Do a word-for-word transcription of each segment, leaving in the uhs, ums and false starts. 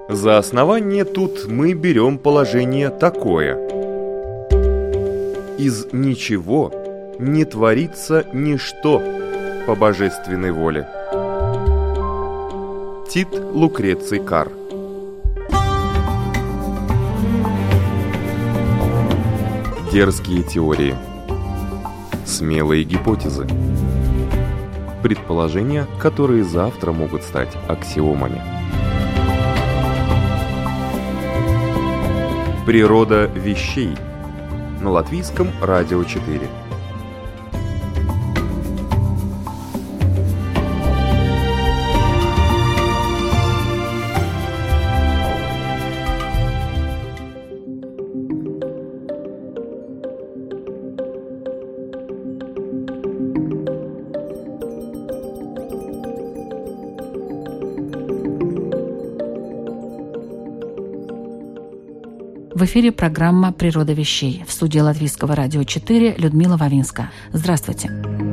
За основание тут мы берем положение такое. Из ничего не творится ничто по божественной воле. Тит Лукреций Кар. Дерзкие теории. Смелые гипотезы. Предположения, которые завтра могут стать аксиомами. Природа вещей. На Латвийском радио четыре. В эфире программа «Природа вещей». В студии Латвийского радио четыре Людмила Вавинска. Здравствуйте.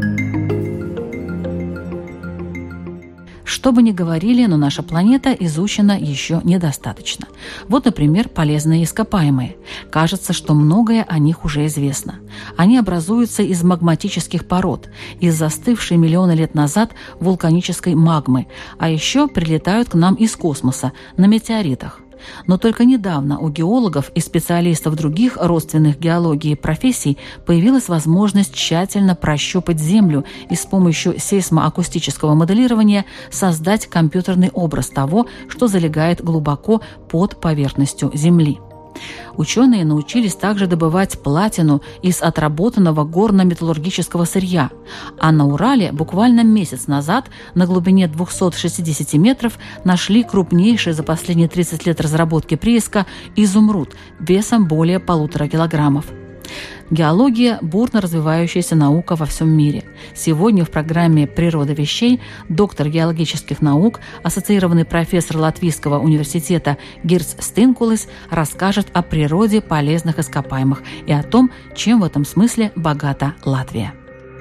Что бы ни говорили, но наша планета изучена еще недостаточно. Вот, например, полезные ископаемые. Кажется, что многое о них уже известно. Они образуются из магматических пород, из застывшей миллионы лет назад вулканической магмы, а еще прилетают к нам из космоса на метеоритах. Но только недавно у геологов и специалистов других родственных геологии профессий появилась возможность тщательно прощупать Землю и с помощью сейсмоакустического моделирования создать компьютерный образ того, что залегает глубоко под поверхностью Земли. Ученые научились также добывать платину из отработанного горно-металлургического сырья, а на Урале буквально месяц назад на глубине двухсот шестидесяти метров нашли крупнейший за последние тридцать лет разработки прииска изумруд весом более полутора килограммов. Геология – бурно развивающаяся наука во всем мире. Сегодня в программе «Природа вещей» доктор геологических наук, ассоциированный профессор Латвийского университета Гирдс Стинкулис расскажет о природе полезных ископаемых и о том, чем в этом смысле богата Латвия.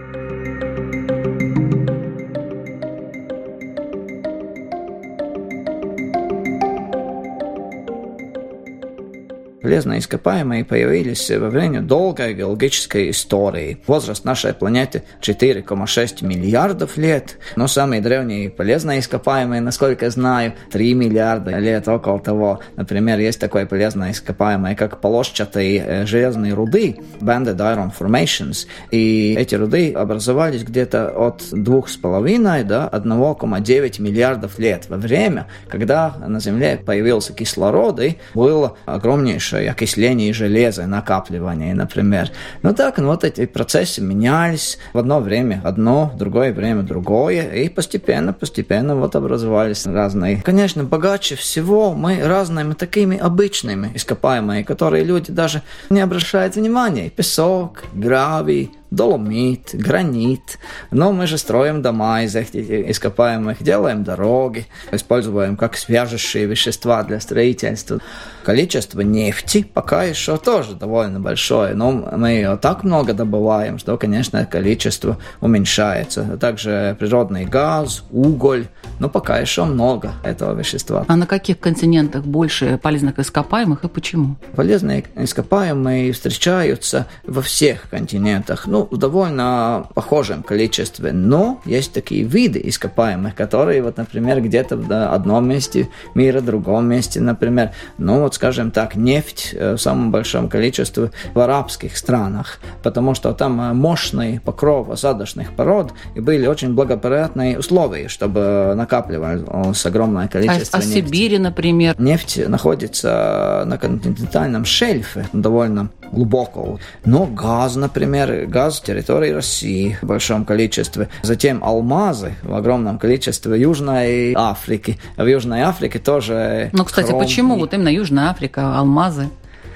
Полезные ископаемые появились во время долгой геологической истории. Возраст нашей планеты четыре целых шесть миллиардов лет, но самые древние полезные ископаемые, насколько я знаю, три миллиарда лет, около того. Например, есть такое полезное ископаемое, как полосчатые железные руды, Banded Iron Formations, и эти руды образовались где-то от двух с половиной до одного целых девяти миллиардов лет, во время, когда на Земле появился кислород и было огромнейшее окисление железа, накапливание, например. Ну так, ну вот эти процессы менялись. В одно время одно, в другое время другое, и постепенно, постепенно вот образовались разные. Конечно, богаче всего мы разными такими обычными ископаемыми, которые люди даже не обращают внимания. Песок, гравий, доломит, гранит. Но мы же строим дома из этих ископаемых, делаем дороги, используем как свяжущие вещества для строительства. Количество нефти пока еще тоже довольно большое, но мы ее так много добываем, что, конечно, количество уменьшается. А также природный газ, уголь, но пока еще много этого вещества. А на каких континентах больше полезных ископаемых и почему? Полезные ископаемые встречаются во всех континентах. Ну, в довольно похожем количестве, но есть такие виды ископаемых, которые, вот, например, где-то в одном месте мира, в другом месте, например, ну, вот, скажем так, нефть в самом большом количестве в арабских странах, потому что там мощный покров осадочных пород и были очень благоприятные условия, чтобы накапливалось огромное количество а, нефти. А в Сибири, например? Нефть находится на континентальном шельфе, довольно глубоко, но газ, например, газ территории России в большом количестве. Затем алмазы в огромном количестве Южной Африки. В Южной Африке тоже... Ну, кстати, хром... почему вот именно Южная Африка, алмазы?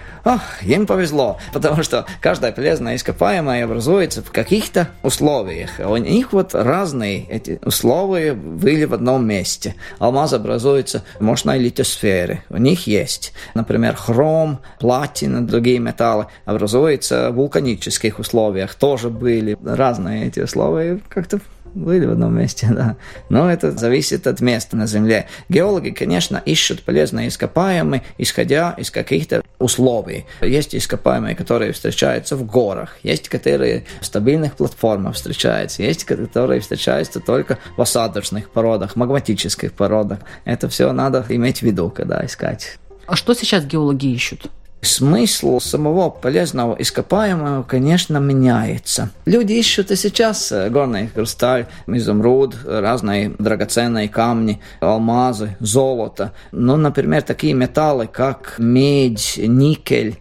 Ах, им повезло, потому что каждая полезная ископаемая образуется в каких-то условиях. У них вот разные эти условия были в одном месте. Алмаз образуется в мощной литосфере. У них есть, например, хром, платина, другие металлы образуются в вулканических условиях. Тоже были разные эти условия. Как-то были в одном месте, да. Но это зависит от места на Земле. Геологи, конечно, ищут полезные ископаемые, исходя из каких-то условий. Есть ископаемые, которые встречаются в горах, есть которые в стабильных платформах встречаются, есть которые встречаются только в осадочных породах, магматических породах. Это все надо иметь в виду, когда искать. А что сейчас геологи ищут? Смысл самого полезного ископаемого, конечно, меняется. Люди ищут и сейчас горный хрусталь, изумруд, разные драгоценные камни, алмазы, золото. Ну, например, такие металлы, как медь, никель.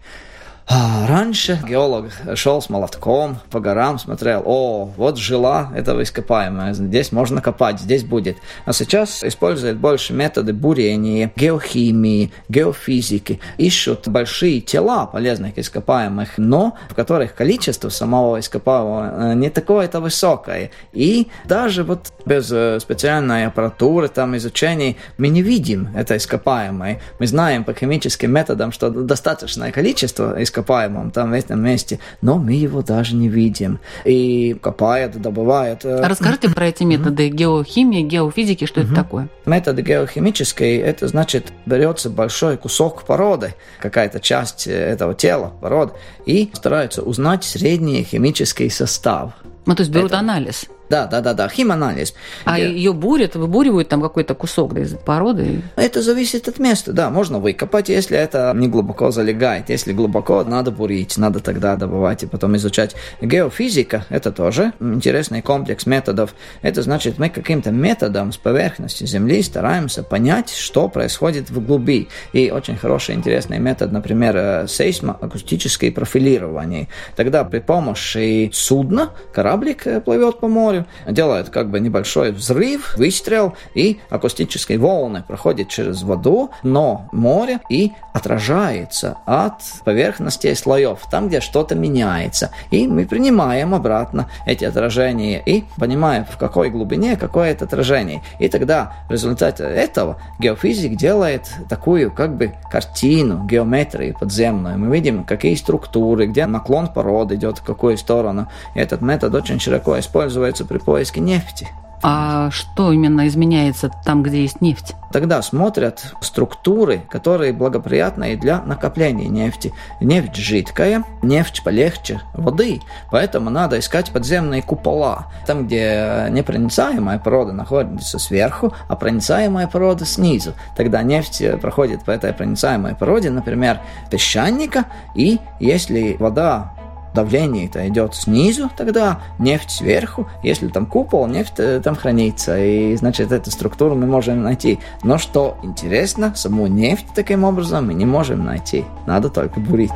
А раньше геолог шел с молотком по горам, смотрел, о, вот жила этого ископаемого, здесь можно копать, здесь будет. А сейчас используют больше методы бурения, геохимии, геофизики. Ищут большие тела полезных ископаемых, но в которых количество самого ископаемого не такое-то высокое. И даже вот без специальной аппаратуры, там, изучений, мы не видим это ископаемое. Мы знаем по химическим методам, что достаточное количество ископаемых ископаемом там в этом месте, но мы его даже не видим. И копают, добывают. Расскажите про эти методы геохимии, геофизики, что это такое? Методы геохимические, это значит, берется большой кусок породы, какая-то часть этого тела, породы, и стараются узнать средний химический состав. Ну, то есть берут это... анализ. Да, да, да, да, химанализ. А где... ее бурят, выбуривают там какой-то кусок да, из породы? Это зависит от места, да, можно выкопать, если это не глубоко залегает. Если глубоко, надо бурить, надо тогда добывать и потом изучать. Геофизика – это тоже интересный комплекс методов. Это значит, мы каким-то методом с поверхности Земли стараемся понять, что происходит в глуби. И очень хороший, интересный метод, например, сейсмоакустическое профилирование. Тогда при помощи судна кораблик плывет по морю, делают как бы небольшой взрыв, выстрел, и акустические волны проходят через воду, но море и отражается от поверхности слоев, там, где что-то меняется. И мы принимаем обратно эти отражения и понимаем, в какой глубине какое это отражение. И тогда в результате этого геофизик делает такую как бы картину, геометрии подземную. Мы видим, какие структуры, где наклон породы идет в какую сторону. И этот метод очень широко используется при поиске нефти. А что именно изменяется там, где есть нефть? Тогда смотрят структуры, которые благоприятны для накопления нефти. Нефть жидкая, нефть полегче воды, поэтому надо искать подземные купола. Там, где непроницаемая порода находится сверху, а проницаемая порода снизу. Тогда нефть проходит по этой проницаемой породе, например, песчаника, и если вода давление-то идет снизу, тогда нефть сверху. Если там купол, нефть там хранится. И, значит, эту структуру мы можем найти. Но что интересно, саму нефть таким образом мы не можем найти. Надо только бурить.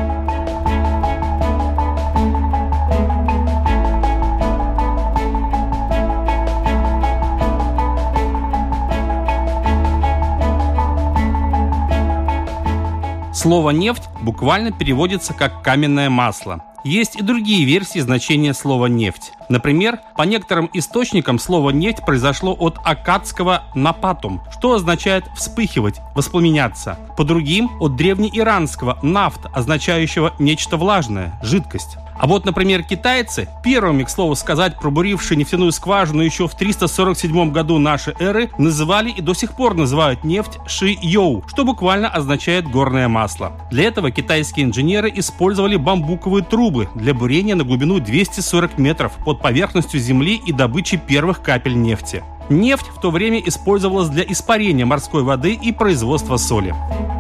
Слово «нефть» буквально переводится как «каменное масло». Есть и другие версии значения слова «нефть». Например, по некоторым источникам слово «нефть» произошло от аккадского «напатум», что означает «вспыхивать», «воспламеняться». По другим – от древнеиранского «нафт», означающего «нечто влажное», «жидкость». А вот, например, китайцы, первыми, к слову сказать, пробурившие нефтяную скважину еще в триста сорок седьмом году нашей эры, называли и до сих пор называют нефть ши-йоу, что буквально означает горное масло. Для этого китайские инженеры использовали бамбуковые трубы для бурения на глубину двести сорок метров под поверхностью земли и добычи первых капель нефти. Нефть в то время использовалась для испарения морской воды и производства соли.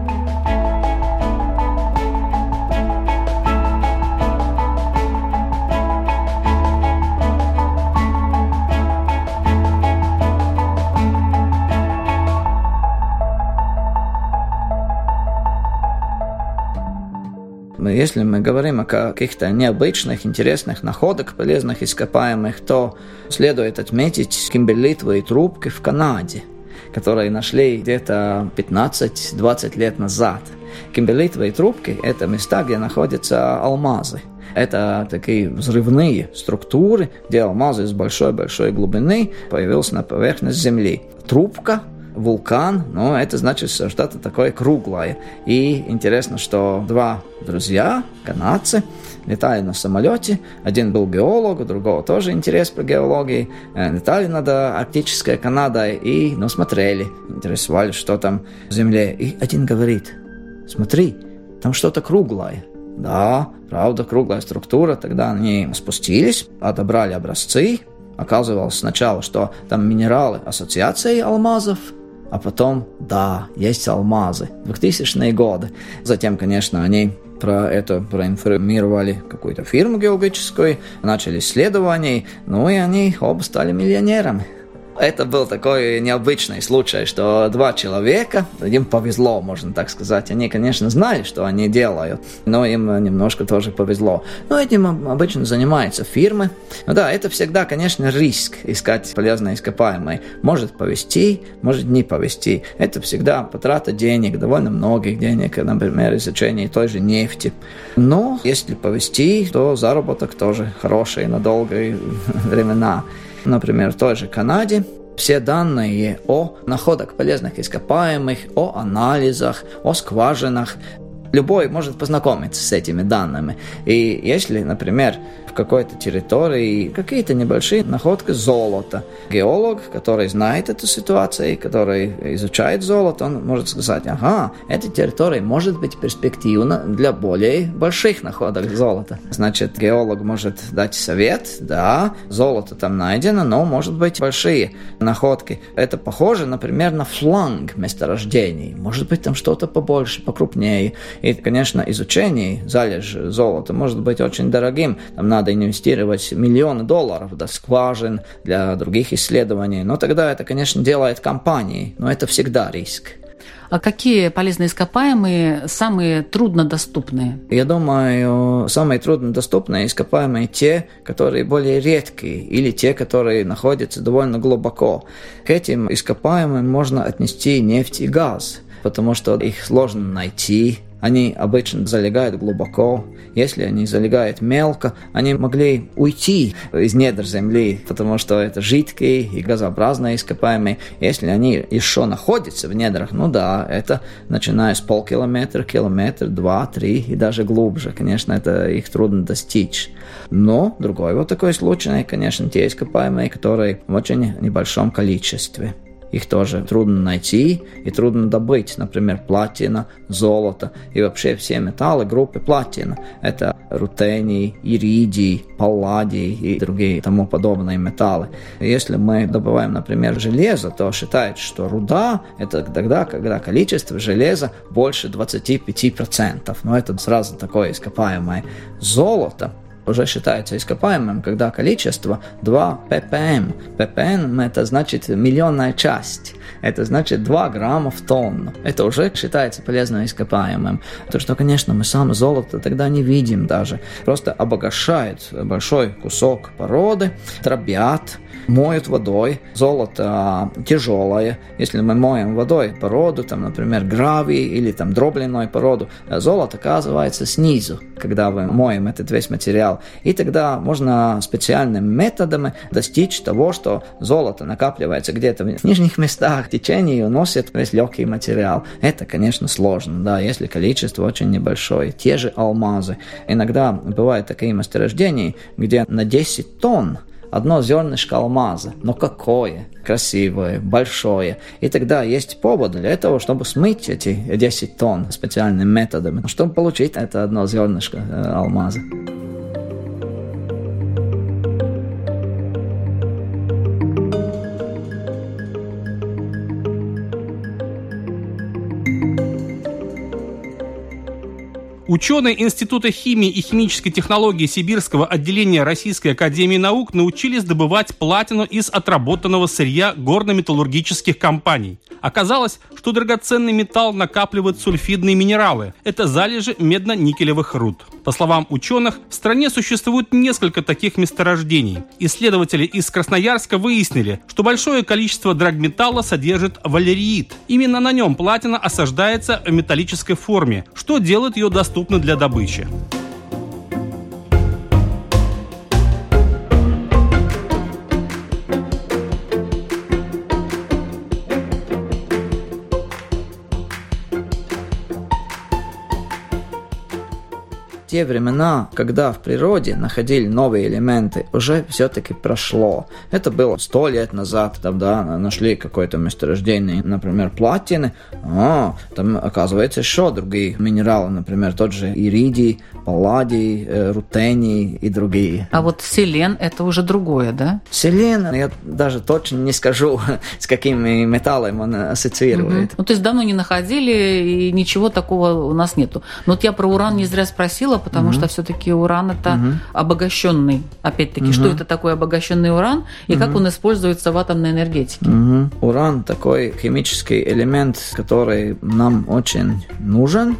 Если мы говорим о каких-то необычных, интересных находках, полезных ископаемых, то следует отметить кимберлитовые трубки в Канаде, которые нашли где-то пятнадцать-двадцать лет назад. Кимберлитовые трубки – это места, где находятся алмазы. Это такие взрывные структуры, где алмазы с большой-большой глубины появились на поверхности земли. Трубка вулкан, но это значит что-то такое круглое. И интересно, что два друзья, канадцы, летали на самолете. Один был геолог, у другого тоже интерес по геологии. Летали над арктической Канадой и ну, смотрели, интересовались, что там в Земле. И один говорит: смотри, там что-то круглое. Да, правда, круглая структура. Тогда они спустились, отобрали образцы. Оказывалось сначала, что там минералы ассоциации алмазов, а потом, да, есть алмазы. двухтысячные годы. Затем, конечно, они про это проинформировали какую-то фирму геологическую, начали исследования, ну и они оба стали миллионерами. Это был такой необычный случай, что два человека, им повезло, можно так сказать. Они, конечно, знали, что они делают, но им немножко тоже повезло. Но этим обычно занимаются фирмы. Ну да, это всегда, конечно, риск искать полезные ископаемые. Может повезти, может не повезти. Это всегда потрата денег, довольно многих денег, например, изучение той же нефти. Но если повезти, то заработок тоже хороший на долгие времена. Например, в той же Канаде все данные о находках полезных ископаемых, о анализах, о скважинах, любой может познакомиться с этими данными. И если, например, в какой-то территории какие-то небольшие находки золота, геолог, который знает эту ситуацию, который изучает золото, он может сказать: ага, эта территория может быть перспективна для более больших находок золота. Значит, геолог может дать совет: да, золото там найдено, но может быть большие находки. Это похоже, например, на фланг месторождений. Может быть там что-то побольше, покрупнее. И, конечно, изучение залежи золота может быть очень дорогим. Там надо инвестировать миллионы долларов для скважин, для других исследований. Но тогда это, конечно, делает компании. Но это всегда риск. А какие полезные ископаемые самые труднодоступные? Я думаю, самые труднодоступные ископаемые те, которые более редкие, или те, которые находятся довольно глубоко. К этим ископаемым можно отнести нефть и газ, потому что их сложно найти. Они обычно залегают глубоко. Если они залегают мелко, они могли уйти из недр земли, потому что это жидкие и газообразные ископаемые. Если они еще находятся в недрах, ну да, это начиная с полкилометра, километр, два, три и даже глубже. Конечно, это их трудно достичь. Но другой вот такой случай, конечно, те ископаемые, которые в очень небольшом количестве. Их тоже трудно найти и трудно добыть. Например, платина, золото и вообще все металлы группы платина. Это рутений, иридий, палладий и другие тому подобные металлы. Если мы добываем, например, железо, то считается, что руда – это тогда, когда количество железа больше двадцать пять процентов. Но это сразу такое ископаемое. Золото уже считается ископаемым, когда количество два ppm. ppm – это значит миллионная часть. Это значит два грамма в тонну. Это уже считается полезным ископаемым. То, что, конечно, мы сам золото тогда не видим даже. Просто обогащает большой кусок породы, дробят, моют водой. Золото тяжелое. Если мы моем водой породу, там, например, гравий или там дробленную породу, золото оказывается снизу, когда мы моем этот весь материал. И тогда можно специальными методами достичь того, что золото накапливается где-то в нижних местах, в течение и уносит весь легкий материал. Это, конечно, сложно, да, если количество очень небольшое. Те же алмазы. Иногда бывают такие месторождения, где на десять тонн одно зернышко алмаза. Но какое? Красивое, большое. И тогда есть повод для этого, чтобы смыть эти десять тонн специальными методами, чтобы получить это одно зернышко э, алмаза. Ученые Института химии и химической технологии Сибирского отделения Российской академии наук научились добывать платину из отработанного сырья горно-металлургических компаний. Оказалось, что драгоценный металл накапливает сульфидные минералы. Это залежи медно-никелевых руд. По словам ученых, в стране существует несколько таких месторождений. Исследователи из Красноярска выяснили, что большое количество драгметалла содержит валериит. Именно на нем платина осаждается в металлической форме, что делает ее доступной для добычи. те времена, когда в природе находили новые элементы, уже все-таки прошло. Это было сто лет назад, тогда нашли какое-то месторождение, например, платины, а, там оказывается еще другие минералы, например, тот же иридий, палладий, рутений и другие. А вот селен – это уже другое, да? Селен, я даже точно не скажу, с какими металлами он ассоциирует. Угу. Ну, то есть давно не находили, и ничего такого у нас нету. Но вот я про уран не зря спросила, потому угу. что все-таки уран – это угу. обогащенный. Опять-таки, угу. что это такое обогащенный уран, и угу. как он используется в атомной энергетике? Угу. Уран – такой химический элемент, который нам очень нужен,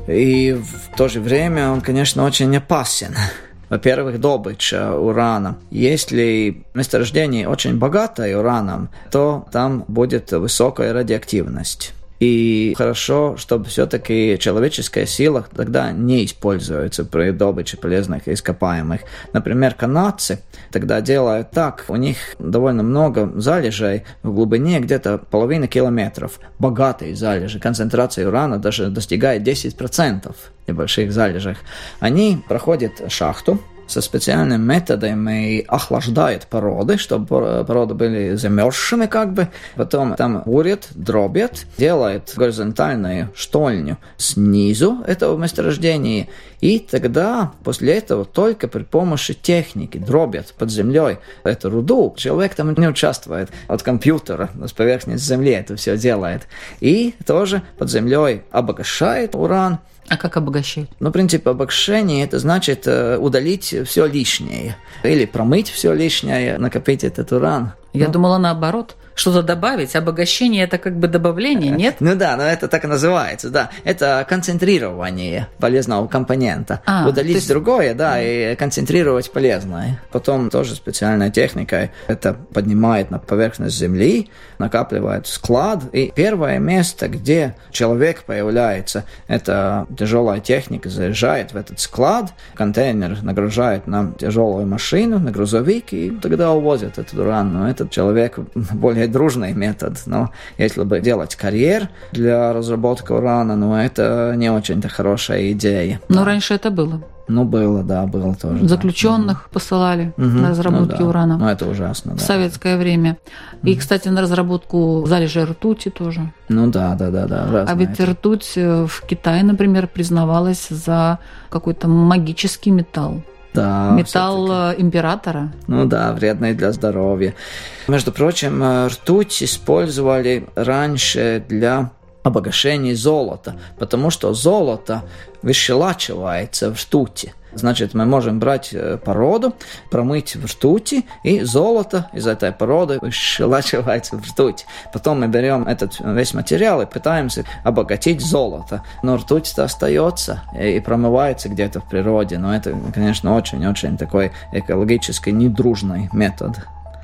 и в то же время он, конечно, очень опасен. Во-первых, добыча урана. Если месторождение очень богатое ураном, то там будет высокая радиоактивность. И хорошо, чтобы все-таки человеческая сила тогда не используется при добыче полезных ископаемых. Например, канадцы тогда делают так, у них довольно много залежей в глубине где-то половины километров. Богатые залежи, концентрация урана даже достигает десять процентов в небольших залежах. Они проходят шахту со специальными методами охлаждают породы, чтобы породы были замерзшими как бы. Потом там бурят, дробят, делают горизонтальную штольню снизу этого месторождения. И тогда, после этого, только при помощи техники дробят под землей эту руду. Человек там не участвует от компьютера, с поверхности земли это все делает. И тоже под землей обогащает уран. А как обогащать? Ну, принцип обогащения – это значит э, удалить все лишнее. Или промыть все лишнее, накопить этот уран. Я ну. думала наоборот. Что-то добавить. Обогащение – это как бы добавление, нет? Ну да, но это так и называется, да. Это концентрирование полезного компонента. А, Удалить есть... другое, да, и концентрировать полезное. Потом тоже специальная техника. Это поднимает на поверхность земли, накапливает в склад. И первое место, где человек появляется, это тяжелая техника заезжает в этот склад, контейнер нагружает на тяжелую машину, на грузовик, и тогда увозят этот уран. Но этот человек более дружный метод, но если бы делать карьер для разработки урана, ну, это не очень-то хорошая идея. Но да. раньше это было. Ну, было, да, было тоже. Заключенных да. посылали угу. на разработки ну, да. урана. Ну, это ужасно, в да. советское время. Угу. И, кстати, на разработку залежей ртути тоже. Ну, да, да, да, да. А ведь это. Ртуть в Китае, например, признавалась за какой-то магический металл. Да, металл все-таки. Императора. Ну да, вредный для здоровья. Между прочим, ртуть использовали раньше для обогащения золота, потому что золото выщелачивается в ртути. Значит, мы можем брать породу, промыть в ртути, и золото из этой породы выщелачивается в ртуть. Потом мы берем этот весь материал и пытаемся обогатить золото. Но ртуть-то остается и промывается где-то в природе. Но это, конечно, очень-очень такой экологически недружный метод.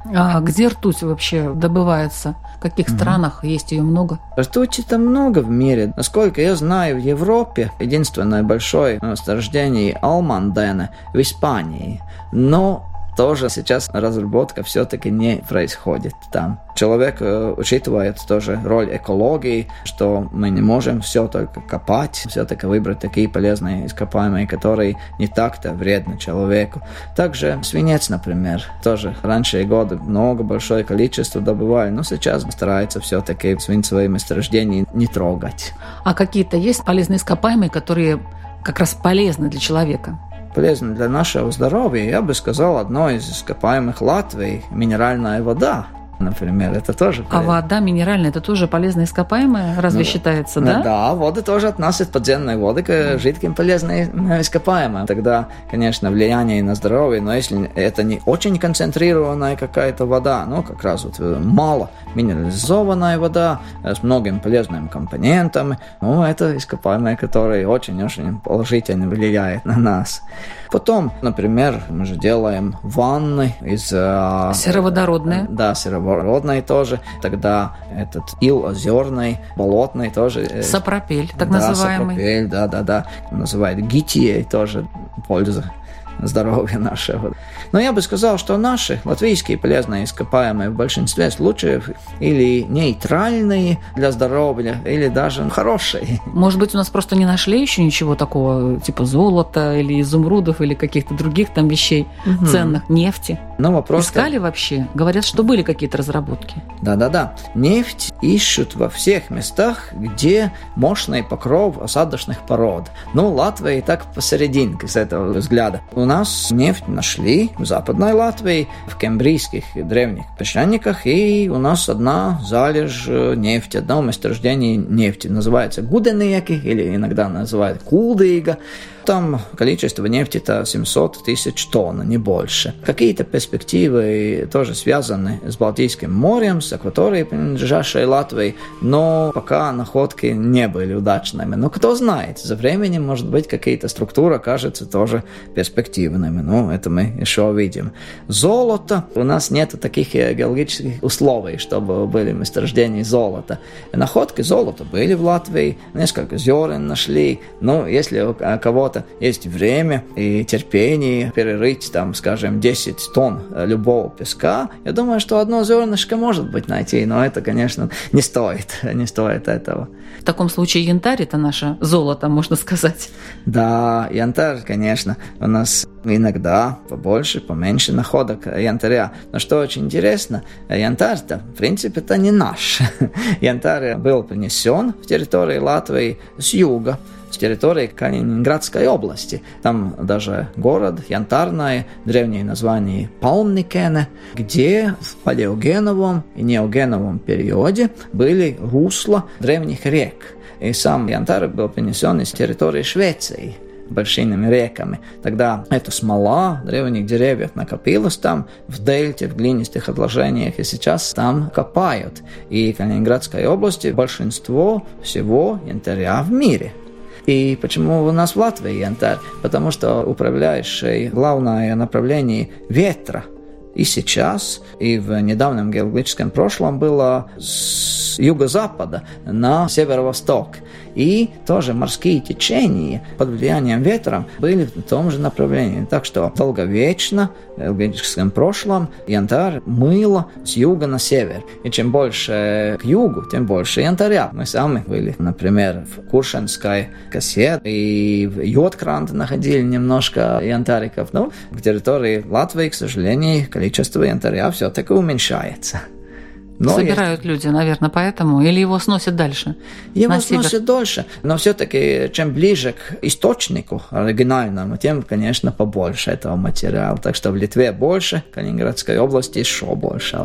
А где ртуть вообще добывается? В каких mm-hmm. странах есть ее много? Ртути-то много в мире. Насколько я знаю, в Европе единственное большое месторождение Алмандена в Испании. Но тоже сейчас разработка все-таки не происходит там. Человек э, учитывает тоже роль экологии, что мы не можем все только копать, все-таки выбрать такие полезные ископаемые, которые не так-то вредны человеку. Также свинец, например, тоже раньше годы много, большое количество добывали, но сейчас стараются все-таки свинцевые месторождения не трогать. А какие-то есть полезные ископаемые, которые как раз полезны для человека? Полезно для нашего здоровья, я бы сказал, одно из ископаемых Латвии – минеральная вода. Например, это тоже полезно. А вода минеральная – это тоже полезное ископаемое, разве ну, считается, да? Да, воды тоже относят подземные воды к жидким полезным ископаемым. Тогда, конечно, влияние на здоровье, но если это не очень концентрированная какая-то вода, ну, как раз вот мало минерализованная вода с многими полезными компонентами, ну, это ископаемые, которые очень-очень положительно влияют на нас. Потом, например, мы же делаем ванны из... Сероводородные. Да, сероводородные тоже. Тогда этот ил озерный, болотный тоже. Сапропель, так да, называемый. Сапропель, да, да, да. Называют гитией тоже польза. здоровья нашего. Но я бы сказал, что наши латвийские полезные ископаемые в большинстве случаев или нейтральные для здоровья, или даже хорошие. Может быть, у нас просто не нашли еще ничего такого, типа золота или изумрудов, или каких-то других там вещей угу. ценных, нефти? Но вопрос... Искали вообще? Говорят, что были какие-то разработки. Да-да-да. Нефть ищут во всех местах, где мощный покров осадочных пород. Ну, Латвия и так посерединке с этого взгляда. У нас нефть нашли в Западной Латвии, в кембрийских древних песчаниках, и у нас одна залежь нефти, одно месторождение нефти. Называется Гуденеки, или иногда называют Кулдига. Там количество нефти-то семьсот тысяч тонн, не больше. Какие-то перспективы тоже связаны с Балтийским морем, с акваторией, принадлежащей Латвии, но пока находки не были удачными. Но кто знает, за временем, может быть, какие-то структуры окажутся тоже перспективными. Ну, это мы еще увидим. Золото. У нас нет таких геологических условий, чтобы были месторождения золота. Находки золота были в Латвии, несколько зерен нашли. Но если у кого-то есть время и терпение перерыть, там, скажем, десять тонн любого песка, я думаю, что одно зернышко может быть найти, но это, конечно, не стоит, не стоит этого. В таком случае янтарь – это наше золото, можно сказать. Да, янтарь, конечно, у нас иногда побольше, поменьше находок янтаря. Но что очень интересно, янтарь-то, в принципе-то, не наш. Янтарь был принесен в территории Латвии с юга, с территории Калининградской области. Там даже город Янтарное, древнее название Палмникене, где в палеогеновом и неогеновом периоде были русла древних рек. И сам Янтарь был принесен из территории Швеции большими реками. Тогда эта смола древних деревьев накопилась там, в дельте, в глинистых отложениях, и сейчас там копают. И в Калининградской области большинство всего янтаря в мире. И почему у нас в Латвии янтарь? Потому что управляющее главное направление ветра и сейчас, и в недавнем геологическом прошлом было с юго-запада на северо-восток. И тоже морские течения под влиянием ветра были в том же направлении. Так что долговечно в геологическом прошлом янтарь мыло с юга на север. И чем больше к югу, тем больше янтаря. Мы сами были, например, в Куршенской косе и в Йоткранте находили немножко янтариков. Но к территории Латвии, к сожалению, количество янтаря все-таки уменьшается. Но собирают есть... люди, наверное, поэтому, или его сносят дальше? Его сносят дальше, но все-таки чем ближе к источнику оригинальному, тем, конечно, побольше этого материала. Так что в Литве больше, в Калининградской области еще больше.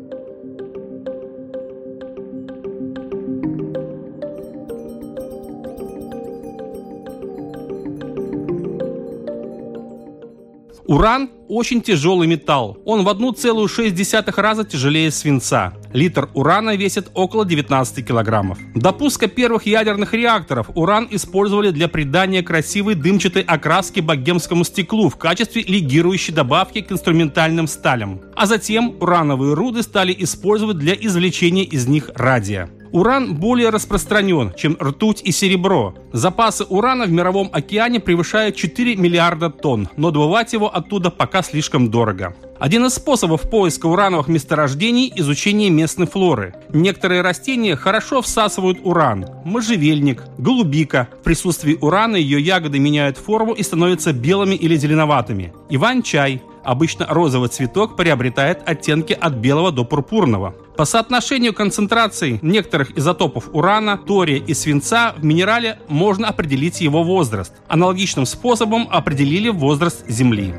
Уран – очень тяжелый металл. Он в одна целая шесть десятых раза тяжелее свинца. Литр урана весит около девятнадцать килограммов. До пуска первых ядерных реакторов уран использовали для придания красивой дымчатой окраски богемскому стеклу в качестве легирующей добавки к инструментальным сталям. А затем урановые руды стали использовать для извлечения из них радия. Уран более распространен, чем ртуть и серебро. Запасы урана в мировом океане превышают четыре миллиарда тонн, но добывать его оттуда пока слишком дорого. Один из способов поиска урановых месторождений – изучение местной флоры. Некоторые растения хорошо всасывают уран. Можжевельник, голубика. В присутствии урана ее ягоды меняют форму и становятся белыми или зеленоватыми. Иван-чай. Обычно розовый цветок приобретает оттенки от белого до пурпурного. По соотношению концентраций некоторых изотопов урана, тория и свинца в минерале можно определить его возраст. Аналогичным способом определили возраст Земли.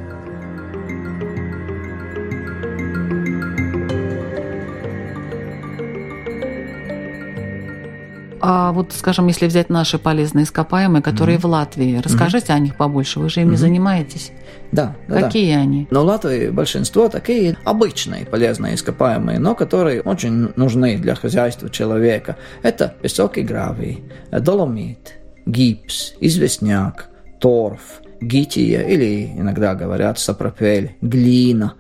А вот, скажем, если взять наши полезные ископаемые, которые mm-hmm. в Латвии, расскажите mm-hmm. о них побольше, вы же ими mm-hmm. занимаетесь. Да, да. Какие да. они? Но в Латвии большинство такие обычные полезные ископаемые, но которые очень нужны для хозяйства человека. Это песок и гравий, доломит, гипс, известняк, торф, гития или, иногда говорят, сапропель, глина.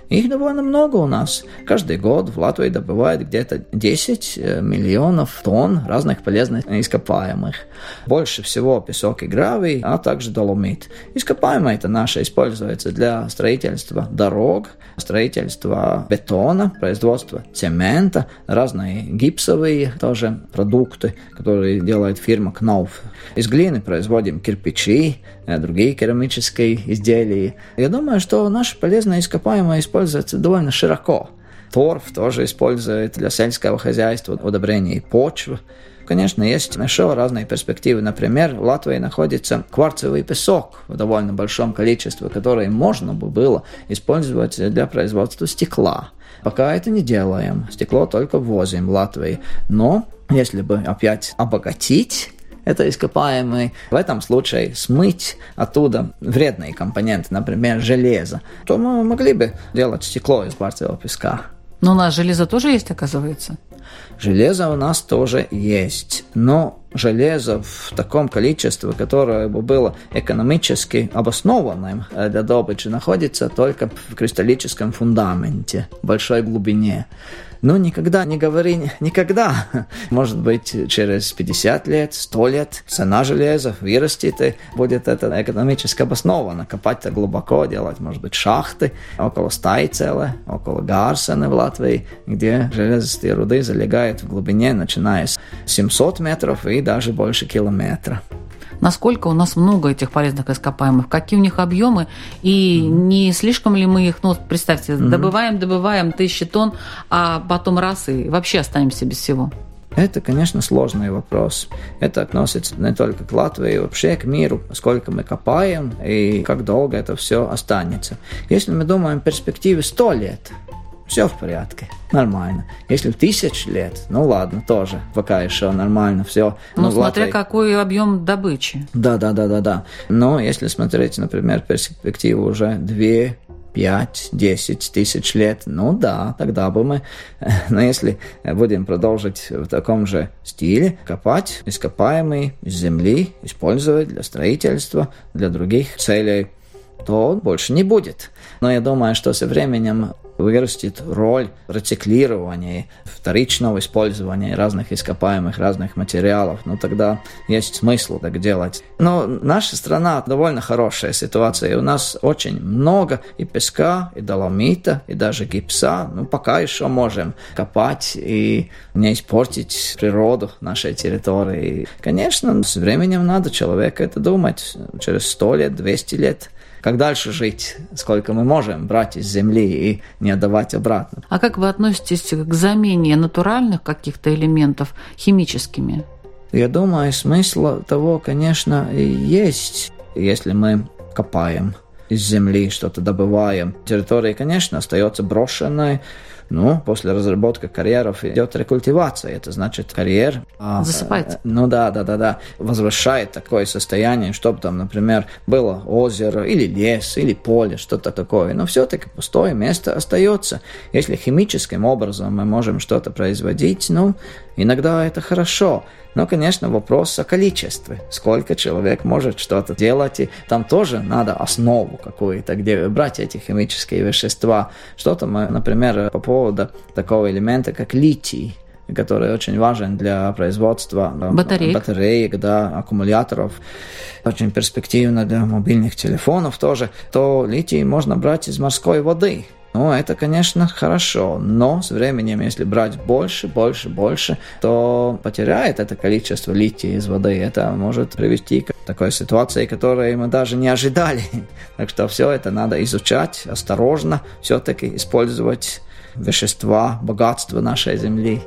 Их довольно много у нас. Каждый год в Латвии добывают где-то десять миллионов тонн разных полезных ископаемых. Больше всего песок и гравий, а также доломит. Ископаемые это наше используется для строительства дорог, строительства бетона, производства цемента, разные гипсовые тоже продукты, которые делает фирма Knauf. Из глины производим кирпичи, другие керамические изделия. Я думаю, что наши полезные ископаемые используются довольно широко. Торф тоже используют для сельского хозяйства, удобрения почвы. Конечно, есть еще разные перспективы. Например, в Латвии находится кварцевый песок в довольно большом количестве, который можно бы было использовать для производства стекла. Пока это не делаем. Стекло только ввозим в Латвию. Но если бы опять обогатить это ископаемые, в этом случае смыть оттуда вредные компоненты, например, железо, то мы могли бы делать стекло из кварцевого песка. Но у нас железо тоже есть, оказывается? Железо у нас тоже есть, но железо в таком количестве, которое бы было экономически обоснованным для добычи, находится только в кристаллическом фундаменте, в большой глубине. Но никогда не говори никогда. Может быть, через пятьдесят лет, сто лет цена железа вырастет, и будет это экономически обосновано. Копать-то глубоко, делать, может быть, шахты около Стайцеля, около Гарсена в Латвии, где железистые руды залегают в глубине, начиная с семисот метров и даже больше километра. Насколько у нас много этих полезных ископаемых, какие у них объемы, и mm-hmm. не слишком ли мы их, ну, представьте, mm-hmm. добываем, добываем тысячи тонн, а потом раз и вообще останемся без всего? Это, конечно, сложный вопрос. Это относится не только к Латвии, вообще к миру, сколько мы копаем и как долго это все останется. Если мы думаем в перспективе сто лет, все в порядке, нормально. Если в тысяч лет, ну ладно, тоже пока еще нормально все. Ну, ну смотря Латвии... какой объем добычи. Да, да, да, да, да. Но если смотреть, например, перспективу уже две, пять, десять тысяч лет, ну да, тогда бы мы, но если будем продолжить в таком же стиле, копать ископаемые из земли, использовать для строительства, для других целей, то больше не будет. Но я думаю, что со временем вырастет роль рециклирования, вторичного использования разных ископаемых, разных материалов. Ну, тогда есть смысл так делать. Но наша страна довольно хорошая ситуация. У нас очень много и песка, и доломита, и даже гипса. Ну, пока еще можем копать и не испортить природу нашей территории. Конечно, с временем надо человеку это думать. Через сто лет, двести лет. Как дальше жить, сколько мы можем брать из земли и не отдавать обратно. А как вы относитесь к замене натуральных каких-то элементов химическими? Я думаю, смысл того, конечно, и есть, если мы копаем из земли, что-то добываем. Территория, конечно, остается брошенной. Ну, после разработки карьеров идет рекультивация. Это значит, карьер... Засыпается. Ну да, да, да, да. Возвращает такое состояние, чтобы там, например, было озеро, или лес, или поле, что-то такое. Но все-таки пустое место остается. Если химическим образом мы можем что-то производить, ну, иногда это хорошо. Но, конечно, вопрос о количестве. Сколько человек может что-то делать. И там тоже надо основу какую-то, где брать эти химические вещества. Что-то мы, например, по поводу такого элемента, как литий, который очень важен для производства батареек, батареек, да, аккумуляторов, очень перспективно для мобильных телефонов тоже, то литий можно брать из морской воды. Ну, это, конечно, хорошо, но с временем, если брать больше, больше, больше, то потеряет это количество лития из воды. Это может привести к такой ситуации, которой мы даже не ожидали. Так что все это надо изучать осторожно, все-таки использовать вещества, богатство нашей земли.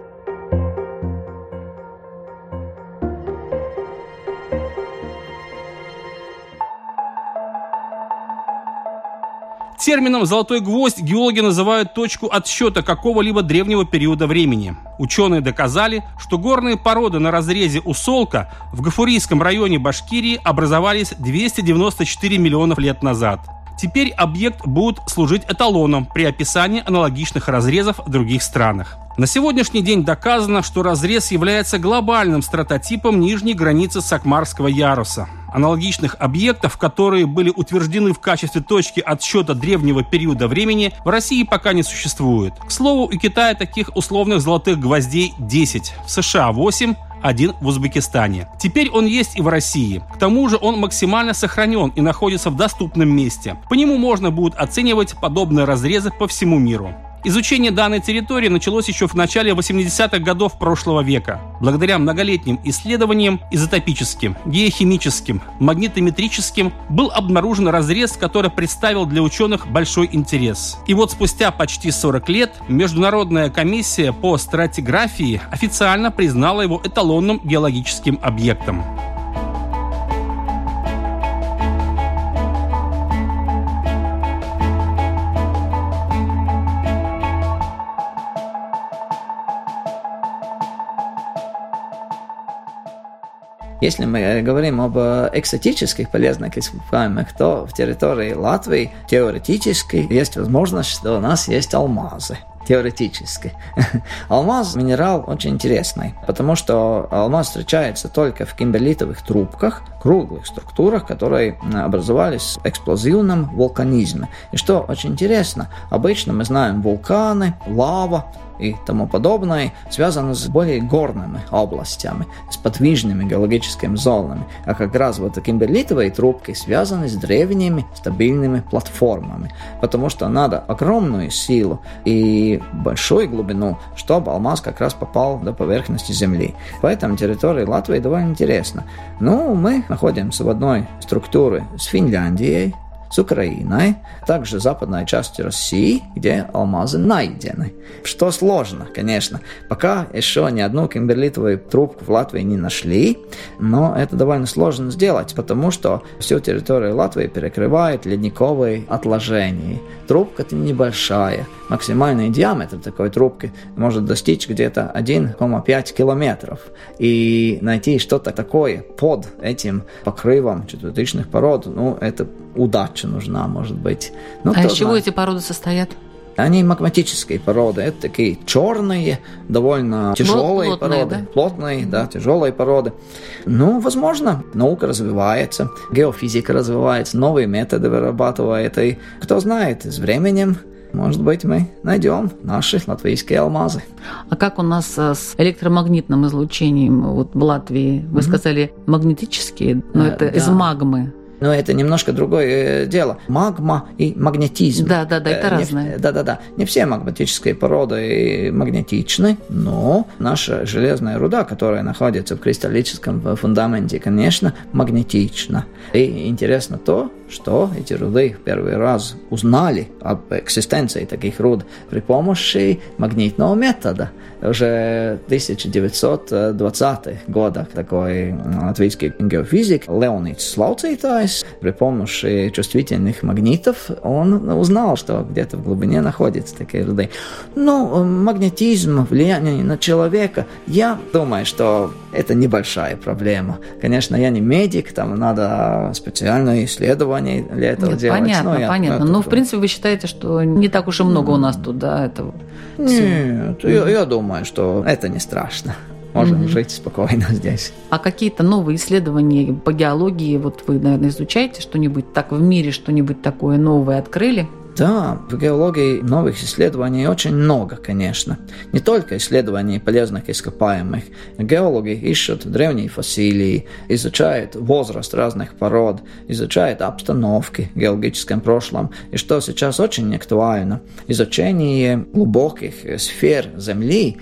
Термином «золотой гвоздь» геологи называют точку отсчета какого-либо древнего периода времени. Ученые доказали, что горные породы на разрезе Усолка в Гафурийском районе Башкирии образовались двести девяносто четыре миллионов лет назад. Теперь объект будет служить эталоном при описании аналогичных разрезов в других странах. На сегодняшний день доказано, что разрез является глобальным стратотипом нижней границы Сакмарского яруса. Аналогичных объектов, которые были утверждены в качестве точки отсчета древнего периода времени, в России пока не существует. К слову, у Китая таких условных золотых гвоздей десять, в США восемь, один в Узбекистане. Теперь он есть и в России. К тому же он максимально сохранен и находится в доступном месте. По нему можно будет оценивать подобные разрезы по всему миру. Изучение данной территории началось еще в начале восьмидесятых годов прошлого века. Благодаря многолетним исследованиям изотопическим, геохимическим, магнитометрическим был обнаружен разрез, который представил для ученых большой интерес. И вот спустя почти сорок лет Международная комиссия по стратиграфии официально признала его эталонным геологическим объектом. Если мы говорим об экзотических полезных ископаемых, то в территории Латвии теоретически есть возможность, что у нас есть алмазы. Теоретически. Алмаз – минерал очень интересный, потому что алмаз встречается только в кимберлитовых трубках, круглых структурах, которые образовались в эксплозивном вулканизме. И что очень интересно, обычно мы знаем вулканы, лава и тому подобное, связано с более горными областями, с подвижными геологическими зонами. А как раз вот кимберлитовые трубки связаны с древними стабильными платформами, потому что надо огромную силу и большую глубину, чтобы алмаз как раз попал до поверхности Земли. Поэтому территория Латвии довольно интересна. Ну, мы находимся в одной структуре с Финляндией, с Украиной, также западной части России, где алмазы найдены. Что сложно, конечно. Пока еще ни одну кимберлитовую трубку в Латвии не нашли, но это довольно сложно сделать, потому что всю территорию Латвии перекрывают ледниковые отложения. Трубка-то небольшая. Максимальный диаметр такой трубки может достичь где-то один целых пять десятых километров. И найти что-то такое под этим покрывом четвертичных пород, ну, это удача нужна, может быть. Ну, а из чего знает. Эти породы состоят? Они магматические породы, это такие черные, довольно тяжелые плотные, породы, да? плотные, да, тяжелые породы. Ну, возможно, наука развивается, геофизика развивается, новые методы вырабатывает, и кто знает, с временем, может быть, мы найдем наши латвийские алмазы. А как у нас с электромагнитным излучением вот в Латвии? Вы mm-hmm. сказали магнетические, но а, это да. из магмы. Но это немножко другое дело. Магма и магнетизм. Да, да, да, это не, разное. Да, да, да. Не все магматические породы магнетичны, но наша железная руда, которая находится в кристаллическом фундаменте, конечно, магнетична. И интересно то, что эти руды в первый раз узнали об экзистенции таких руд при помощи магнитного метода. Уже в тысяча девятьсот двадцатых годах такой латвийский геофизик Леониds Слауцītājs при помощи чувствительных магнитов он узнал, что где-то в глубине находятся такие руды. Ну, магнетизм, влияние на человека, я думаю, что это небольшая проблема. Конечно, я не медик, там надо специальное исследование для этого Нет, делать. понятно, но понятно. Я, Но, в принципе, вы считаете, что не так уж и много у нас тут, да, этого? Нет, я, я думаю, что это не страшно. Можем mm-hmm. жить спокойно здесь. А какие-то новые исследования по геологии, вот вы, наверное, изучаете что-нибудь так в мире, что-нибудь такое новое открыли? Да, в геологии новых исследований очень много, конечно. Не только исследований полезных ископаемых. Геологи ищут древние фасилии, изучают возраст разных пород, изучают обстановки в геологическом прошлом. И что сейчас очень актуально, изучение глубоких сфер Земли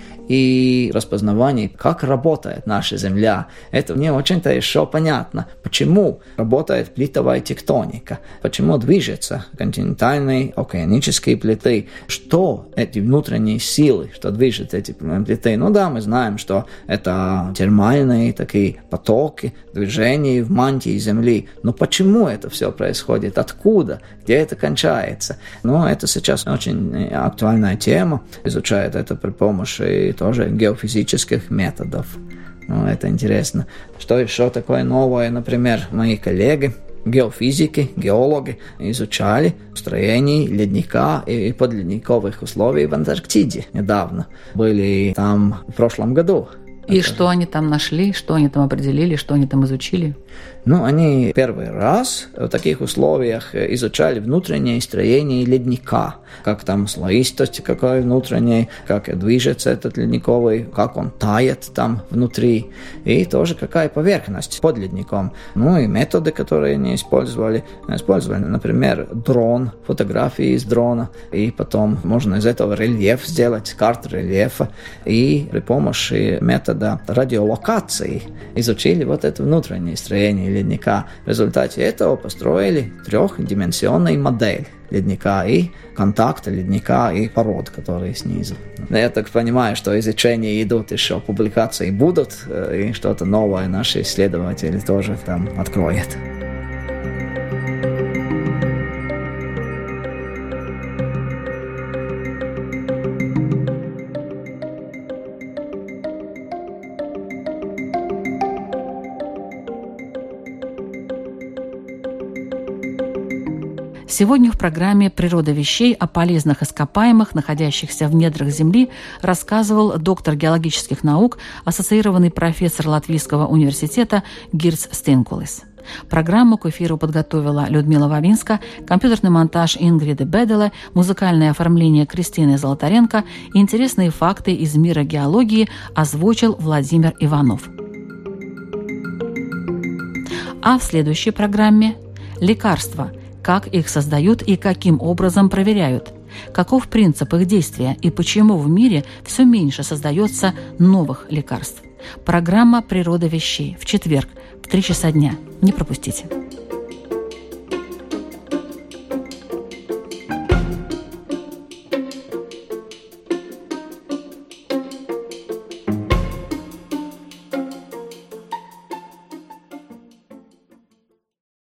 и распознавание, как работает наша Земля. Это не очень-то еще понятно, почему работает плитовая тектоника, почему движется континентальные океанические плиты, что эти внутренние силы, что движет эти плиты. Ну да, мы знаем, что это термальные такие потоки, движения в мантии Земли. Но почему это все происходит? Откуда? Где это кончается? Ну, это сейчас очень актуальная тема. Изучают это при помощи тоже геофизических методов. Ну, это интересно. Что еще такое новое? Например, мои коллеги геофизики, геологи изучали строение ледника и подледниковых условий в Антарктиде недавно. Были там в прошлом году. И Это... что они там нашли, что они там определили, что они там изучили? Ну, они первый раз в таких условиях изучали внутреннее строение ледника, как там слоистость какой внутренней, как движется этот ледниковый, как он тает там внутри, и тоже какая поверхность под ледником. Ну и методы, которые они использовали. Использовали, например, дрон, фотографии из дрона, и потом можно из этого рельеф сделать, карту рельефа, и при помощи метода радиолокации изучили вот это внутреннее строение ледника. В результате этого построили трехдименsionную модель ледника и контакта ледника и пород, которые снизу. Я так понимаю, что изучения идут еще, публикации будут, и что-то новое наши исследователи тоже там откроют. Сегодня в программе «Природа вещей» о полезных ископаемых, находящихся в недрах Земли, рассказывал доктор геологических наук, ассоциированный профессор Латвийского университета Гирдс Стенкулис. Программу к эфиру подготовила Людмила Вавинска, компьютерный монтаж Ингриды Беделе, музыкальное оформление Кристины Золотаренко и интересные факты из мира геологии озвучил Владимир Иванов. А в следующей программе «Лекарства. Как их создают и каким образом проверяют? Каков принцип их действия и почему в мире все меньше создается новых лекарств?» Программа «Природа вещей» в четверг в три часа дня. Не пропустите.